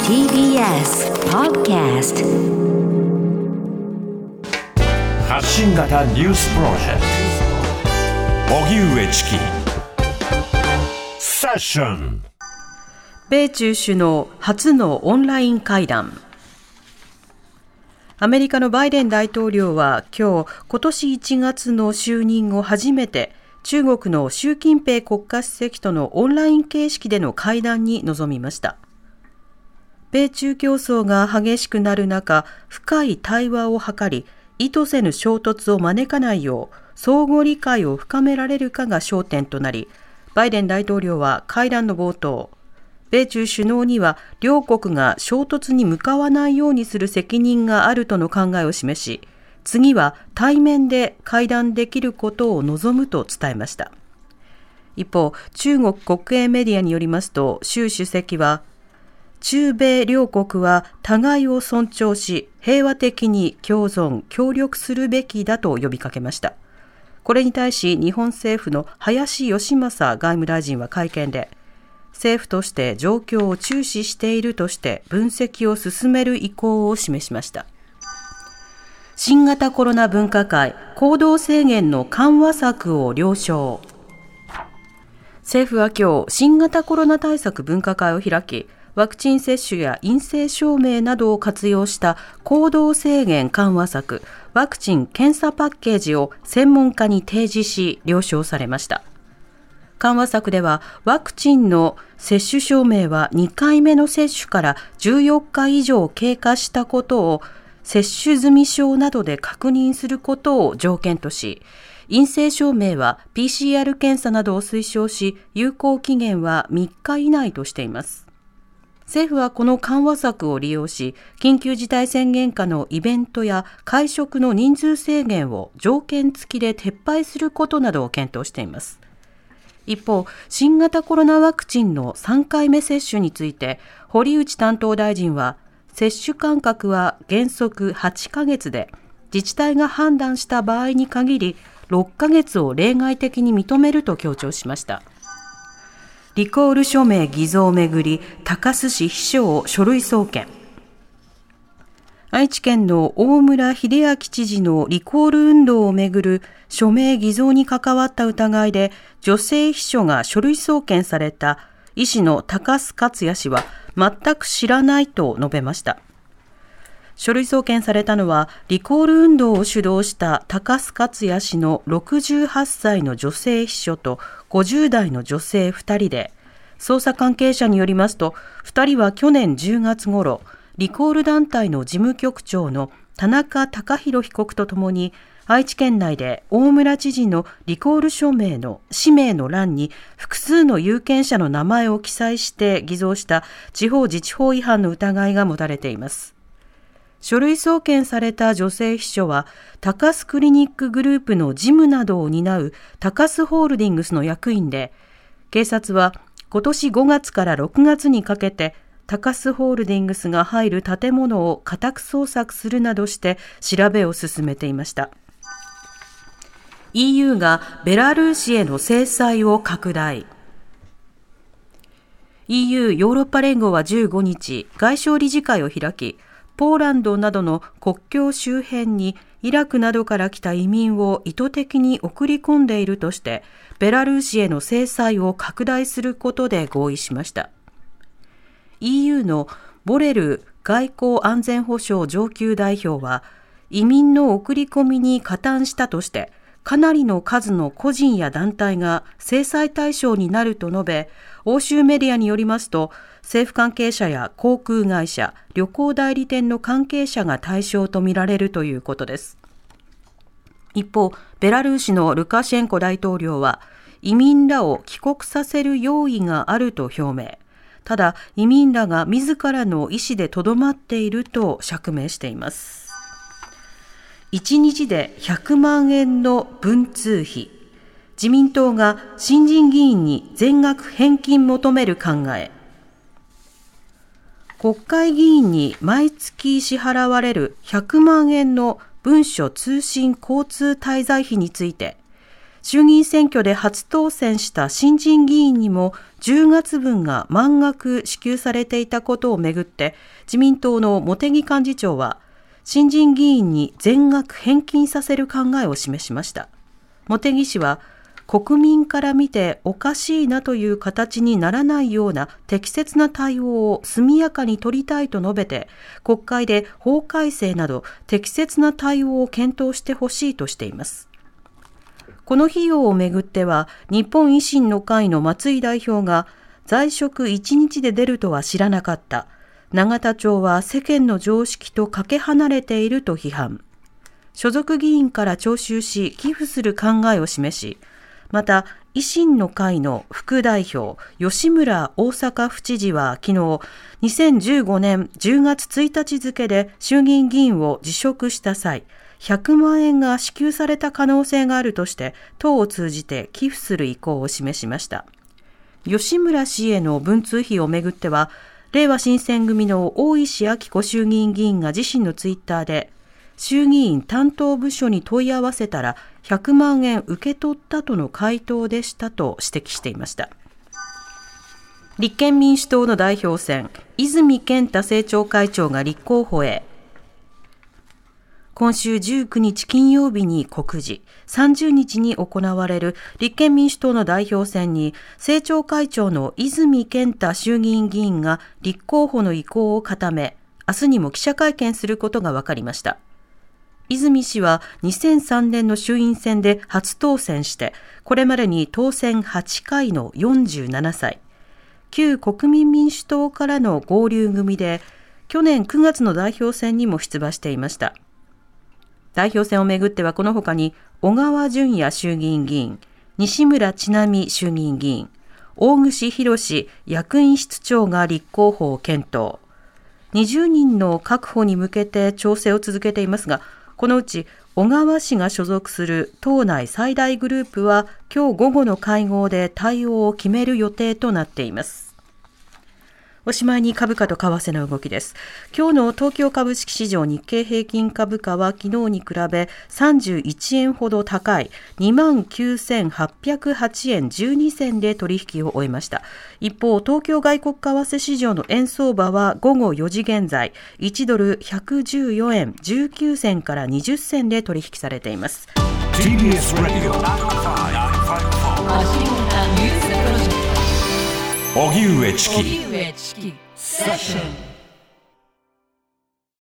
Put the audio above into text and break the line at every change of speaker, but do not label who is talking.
TBS Podcast
発信型ニュースプロジェクト荻上チキセッション。
米中首脳初のオンライン会談。アメリカのバイデン大統領は今年1月の就任後初めて中国の習近平国家主席とのオンライン形式での会談に臨みました。米中競争が激しくなる中、深い対話を図り、意図せぬ衝突を招かないよう相互理解を深められるかが焦点となり、バイデン大統領は会談の冒頭、米中首脳には両国が衝突に向かわないようにする責任があるとの考えを示し、次は対面で会談できることを望むと伝えました。一方、中国国営メディアによりますと、習主席は、中米両国は互いを尊重し、平和的に共存・協力するべきだと呼びかけました。これに対し、日本政府の林芳正外務大臣は会見で、政府として状況を注視しているとして分析を進める意向を示しました。新型コロナ分科会、行動制限の緩和策を了承。政府は今日、新型コロナ対策分科会を開き、ワクチン接種や陰性証明などを活用した行動制限緩和策、ワクチン・検査パッケージを専門家に提示し、了承されました。緩和策では、ワクチンの接種証明は2回目の接種から14日以上経過したことを接種済証などで確認することを条件とし、陰性証明は PCR 検査などを推奨し、有効期限は3日以内としています。政府はこの緩和策を利用し、緊急事態宣言下のイベントや会食の人数制限を条件付きで撤廃することなどを検討しています。一方、新型コロナワクチンの3回目接種について、堀内担当大臣は、接種間隔は原則8ヶ月で、自治体が判断した場合に限り、6ヶ月を例外的に認めると強調しました。リコール署名偽造をめぐり、高須市秘書を書類送検。愛知県の大村秀章知事のリコール運動をめぐる署名偽造に関わった疑いで、女性秘書が書類送検された医師の高須克也氏は全く知らないと述べました。書類送検されたのは、リコール運動を主導した高須克也氏の68歳の女性秘書と50代の女性2人で、捜査関係者によりますと、2人は去年10月頃、リコール団体の事務局長の田中孝博被告とともに、愛知県内で大村知事のリコール署名の氏名の欄に複数の有権者の名前を記載して偽造した地方自治法違反の疑いが持たれています。書類送検された女性秘書は、高須クリニックグループの事務などを担う高須ホールディングスの役員で、警察は今年5月から6月にかけて、高須ホールディングスが入る建物を家宅捜索するなどして調べを進めていました。EU がベラルーシへの制裁を拡大。EU ヨーロッパ連合は15日、外相理事会を開き、ポーランドなどの国境周辺にイラクなどから来た移民を意図的に送り込んでいるとして、ベラルーシへの制裁を拡大することで合意しました。EU のボレル外交安全保障上級代表は、移民の送り込みに加担したとして、かなりの数の個人や団体が制裁対象になると述べ、欧州メディアによりますと、政府関係者や航空会社、旅行代理店の関係者が対象とみられるということです。一方、ベラルーシのルカシェンコ大統領は、移民らを帰国させる用意があると表明。ただ、移民らが自らの意思でとどまっていると釈明しています。1日で100万円の文通費。自民党が新人議員に全額返金求める考え。国会議員に毎月支払われる100万円の文書通信交通滞在費について、 衆議院選挙で初当選した新人議員にも10月分が満額支給されていたことをめぐって、自民党の茂木幹事長は新人議員に全額返金させる考えを示しました。茂木氏は、国民から見ておかしいなという形にならないような適切な対応を速やかに取りたいと述べて、国会で法改正など適切な対応を検討してほしいとしています。この費用をめぐっては、日本維新の会の松井代表が、在職1日で出るとは知らなかった。永田町は世間の常識とかけ離れていると批判。所属議員から徴収し寄付する考えを示し、また維新の会の副代表吉村大阪府知事は昨日、2015年10月1日付で衆議院議員を辞職した際、100万円が支給された可能性があるとして党を通じて寄付する意向を示しました。吉村氏への文通費をめぐっては、れいわ新選組の大石晃子衆議院議員が自身のツイッターで、衆議院担当部署に問い合わせたら100万円受け取ったとの回答でしたと指摘していました。立憲民主党の代表選、泉健太政調会長が立候補へ。今週19日金曜日に告示、30日に行われる立憲民主党の代表選に、政調会長の泉健太衆議院議員が立候補の意向を固め、明日にも記者会見することが分かりました。泉氏は2003年の衆院選で初当選して、これまでに当選8回の47歳。旧国民民主党からの合流組で、去年9月の代表選にも出馬していました。代表選をめぐってはこの他に小川淳也衆議院議員、西村智奈美衆議院議員、大串博志役員室長が立候補を検討。20人の確保に向けて調整を続けていますが、このうち小川氏が所属する党内最大グループは今日午後の会合で対応を決める予定となっています。おしまいに株価と為替の動きです。今日の東京株式市場日経平均株価は昨日に比べ31円ほど高い 29,808 円12銭で取引を終えました。一方、東京外国為替市場の円相場は午後4時現在1ドル114円19銭から20銭で取引されています。
TBS ラジオ荻上チキセッション